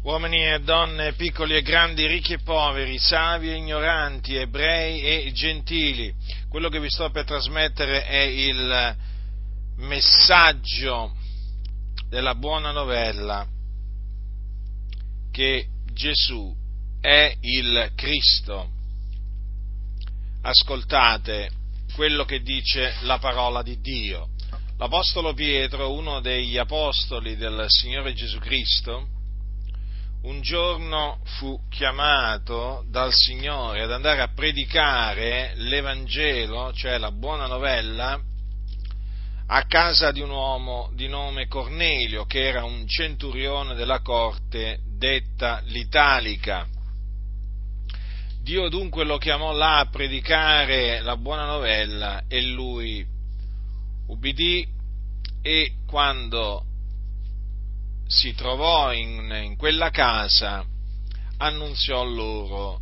uomini e donne, piccoli e grandi, ricchi e poveri, savi e ignoranti, ebrei e gentili. Quello che vi sto per trasmettere è il messaggio della buona novella che Gesù è il Cristo. Ascoltate quello che dice la parola di Dio. L'Apostolo Pietro, uno degli apostoli del Signore Gesù Cristo, un giorno fu chiamato dal Signore ad andare a predicare l'Evangelo, cioè la buona novella, a casa di un uomo di nome Cornelio, che era un centurione della corte detta l'Italica. Dio dunque lo chiamò là a predicare la buona novella e lui ubbidì, e quando si trovò in quella casa annunziò loro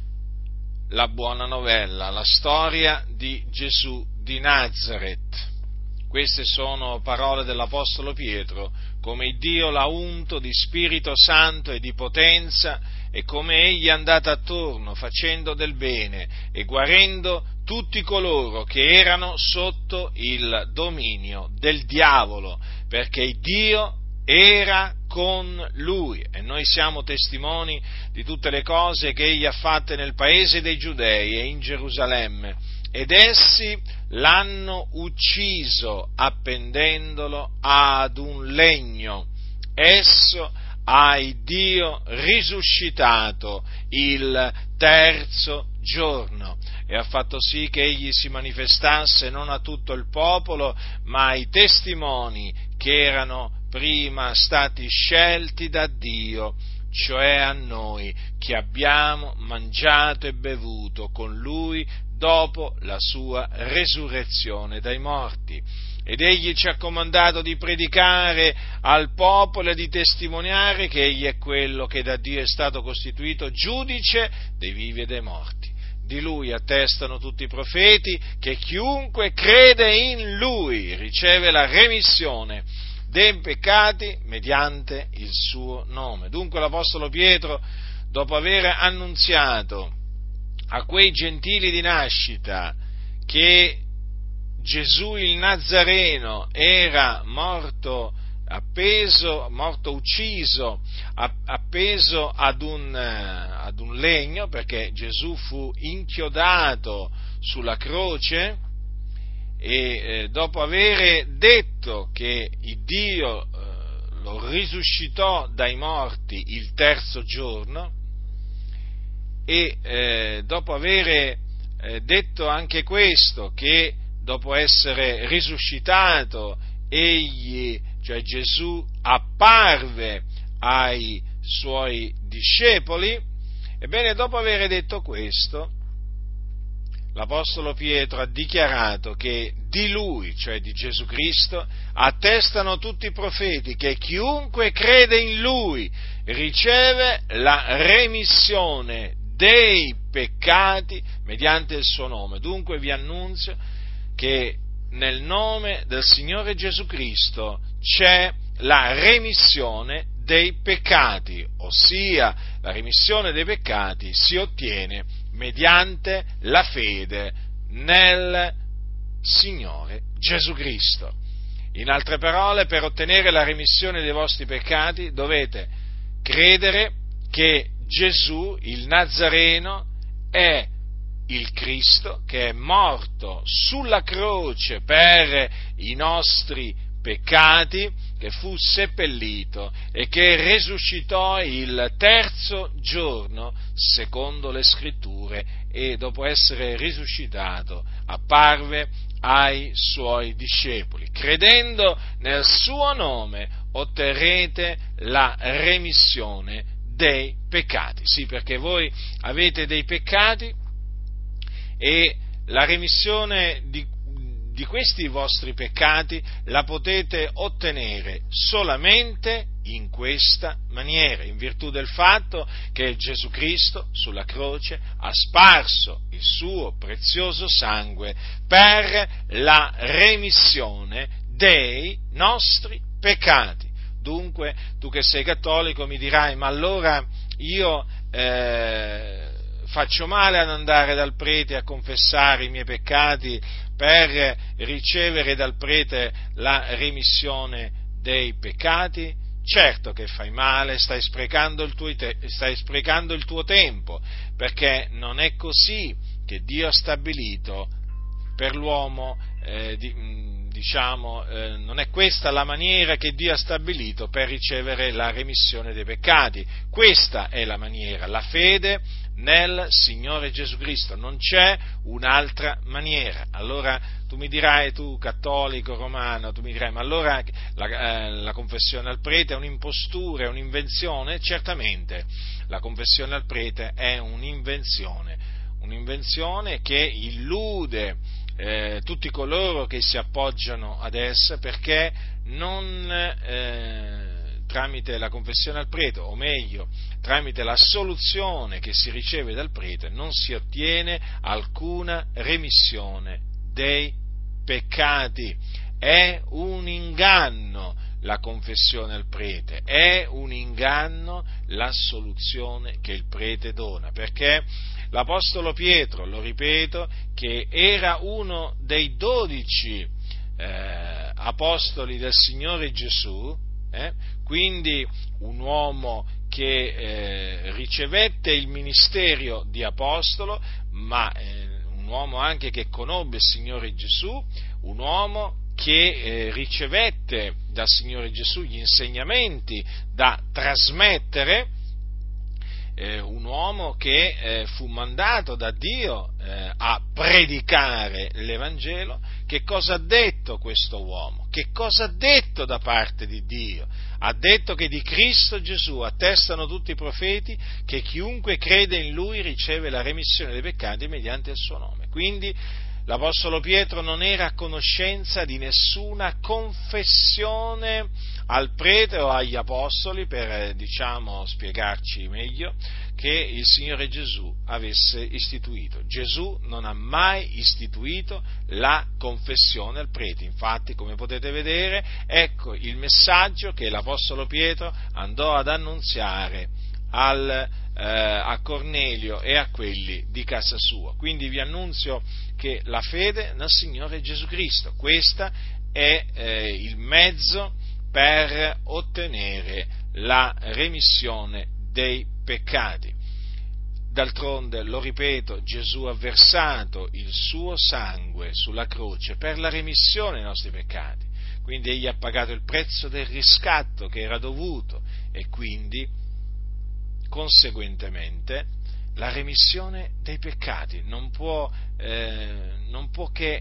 la buona novella, la storia di Gesù di Nazaret. Queste sono parole dell'Apostolo Pietro, come Dio l'ha unto di Spirito Santo e di potenza, e come egli è andato attorno facendo del bene e guarendo tutti coloro che erano sotto il dominio del diavolo, perché Dio era con lui, e noi siamo testimoni di tutte le cose che egli ha fatte nel paese dei Giudei e in Gerusalemme, ed essi l'hanno ucciso appendendolo ad un legno. Esso ha Dio risuscitato il terzo giorno e ha fatto sì che egli si manifestasse non a tutto il popolo, ma ai testimoni che erano prima stati scelti da Dio, cioè a noi che abbiamo mangiato e bevuto con lui dopo la sua resurrezione dai morti. Ed egli ci ha comandato di predicare al popolo e di testimoniare che egli è quello che da Dio è stato costituito giudice dei vivi e dei morti. Di lui attestano tutti i profeti che chiunque crede in lui riceve la remissione dei peccati mediante il suo nome. Dunque l'Apostolo Pietro, dopo aver annunziato a quei gentili di nascita che Gesù il Nazareno era ucciso, appeso ad un legno, perché Gesù fu inchiodato sulla croce, e dopo avere detto che il Dio lo risuscitò dai morti il terzo giorno, e dopo avere detto anche questo, che dopo essere risuscitato egli, cioè Gesù, apparve ai suoi discepoli, ebbene dopo aver detto questo, l'Apostolo Pietro ha dichiarato che di lui, cioè di Gesù Cristo, attestano tutti i profeti che chiunque crede in lui riceve la remissione dei peccati mediante il suo nome. Dunque vi annunzio che nel nome del Signore Gesù Cristo c'è la remissione dei peccati, ossia la remissione dei peccati si ottiene mediante la fede nel Signore Gesù Cristo. In altre parole, per ottenere la remissione dei vostri peccati dovete credere che Gesù, il Nazareno, è il Cristo, che è morto sulla croce per i nostri peccati, che fu seppellito e che risuscitò il terzo giorno secondo le Scritture, e dopo essere risuscitato apparve ai suoi discepoli. Credendo nel suo nome otterrete la remissione dei peccati. Sì, perché voi avete dei peccati, e la remissione di questi vostri peccati la potete ottenere solamente in questa maniera, in virtù del fatto che Gesù Cristo sulla croce ha sparso il suo prezioso sangue per la remissione dei nostri peccati. Dunque, tu che sei cattolico mi dirai, ma allora io faccio male ad andare dal prete a confessare i miei peccati per ricevere dal prete la remissione dei peccati? Certo che fai male, stai sprecando il tuo tempo, perché non è così che Dio ha stabilito per l'uomo, non è questa la maniera che Dio ha stabilito per ricevere la remissione dei peccati. Questa è la maniera, la fede nel Signore Gesù Cristo, non c'è un'altra maniera. Allora tu mi dirai, tu cattolico romano, tu mi dirai, ma allora la confessione al prete è un'impostura, è un'invenzione? Certamente, la confessione al prete è un'invenzione che illude tutti coloro che si appoggiano ad essa, perché tramite la confessione al prete, o meglio, tramite l'assoluzione che si riceve dal prete, non si ottiene alcuna remissione dei peccati. È un inganno la confessione al prete, è un inganno l'assoluzione che il prete dona, perché l'Apostolo Pietro, lo ripeto, che era uno dei 12 apostoli del Signore Gesù, quindi un uomo che ricevette il ministero di apostolo, ma un uomo anche che conobbe il Signore Gesù, un uomo che ricevette dal Signore Gesù gli insegnamenti da trasmettere, un uomo che fu mandato da Dio a predicare l'Evangelo. Che cosa ha detto questo uomo? Che cosa ha detto da parte di Dio? Ha detto che di Cristo Gesù attestano tutti i profeti che chiunque crede in Lui riceve la remissione dei peccati mediante il suo nome. Quindi l'Apostolo Pietro non era a conoscenza di nessuna confessione al prete o agli apostoli, per spiegarci meglio, che il Signore Gesù avesse istituito. Gesù non ha mai istituito la confessione al prete. Infatti, come potete vedere, ecco il messaggio che l'Apostolo Pietro andò ad annunziare a Cornelio e a quelli di casa sua. Quindi vi annunzio che la fede nel Signore Gesù Cristo, questa è il mezzo per ottenere la remissione dei peccati. D'altronde, lo ripeto, Gesù ha versato il suo sangue sulla croce per la remissione dei nostri peccati, quindi egli ha pagato il prezzo del riscatto che era dovuto, e quindi conseguentemente la remissione dei peccati non può che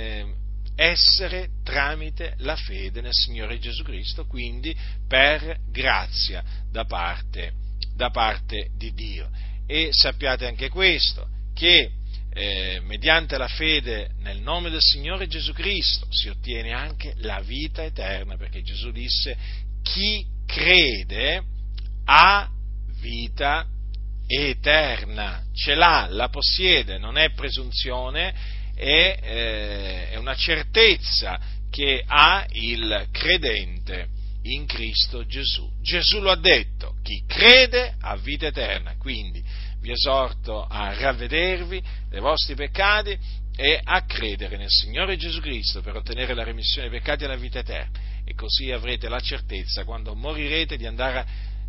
essere tramite la fede nel Signore Gesù Cristo, quindi per grazia da parte di Dio. E sappiate anche questo, che mediante la fede nel nome del Signore Gesù Cristo si ottiene anche la vita eterna, perché Gesù disse: chi crede ha vita eterna, ce l'ha, la possiede, non è presunzione, è una certezza che ha il credente in Cristo Gesù. Gesù lo ha detto: chi crede ha vita eterna. Quindi vi esorto a ravvedervi dei vostri peccati e a credere nel Signore Gesù Cristo per ottenere la remissione dei peccati e la vita eterna, e così avrete la certezza, quando morirete, di andare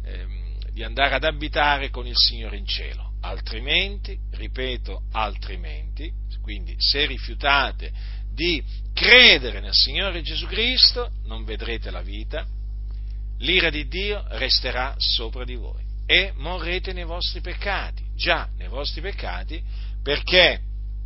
ad abitare con il Signore in cielo. Altrimenti, ripeto, quindi se rifiutate di credere nel Signore Gesù Cristo, non vedrete la vita, l'ira di Dio resterà sopra di voi e morrete nei vostri peccati, già nei vostri peccati, perché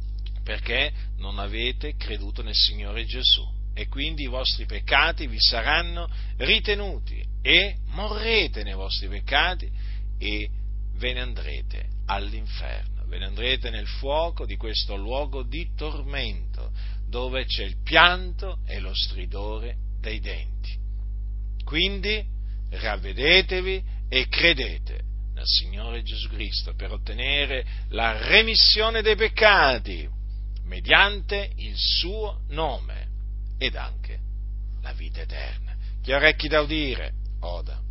non avete creduto nel Signore Gesù, e quindi i vostri peccati vi saranno ritenuti e morrete nei vostri peccati e ve ne andrete all'inferno, ve ne andrete nel fuoco di questo luogo di tormento, dove c'è il pianto e lo stridore dei denti. Quindi ravvedetevi e credete nel Signore Gesù Cristo per ottenere la remissione dei peccati mediante il suo nome ed anche la vita eterna. Chi ha orecchi da udire Oda.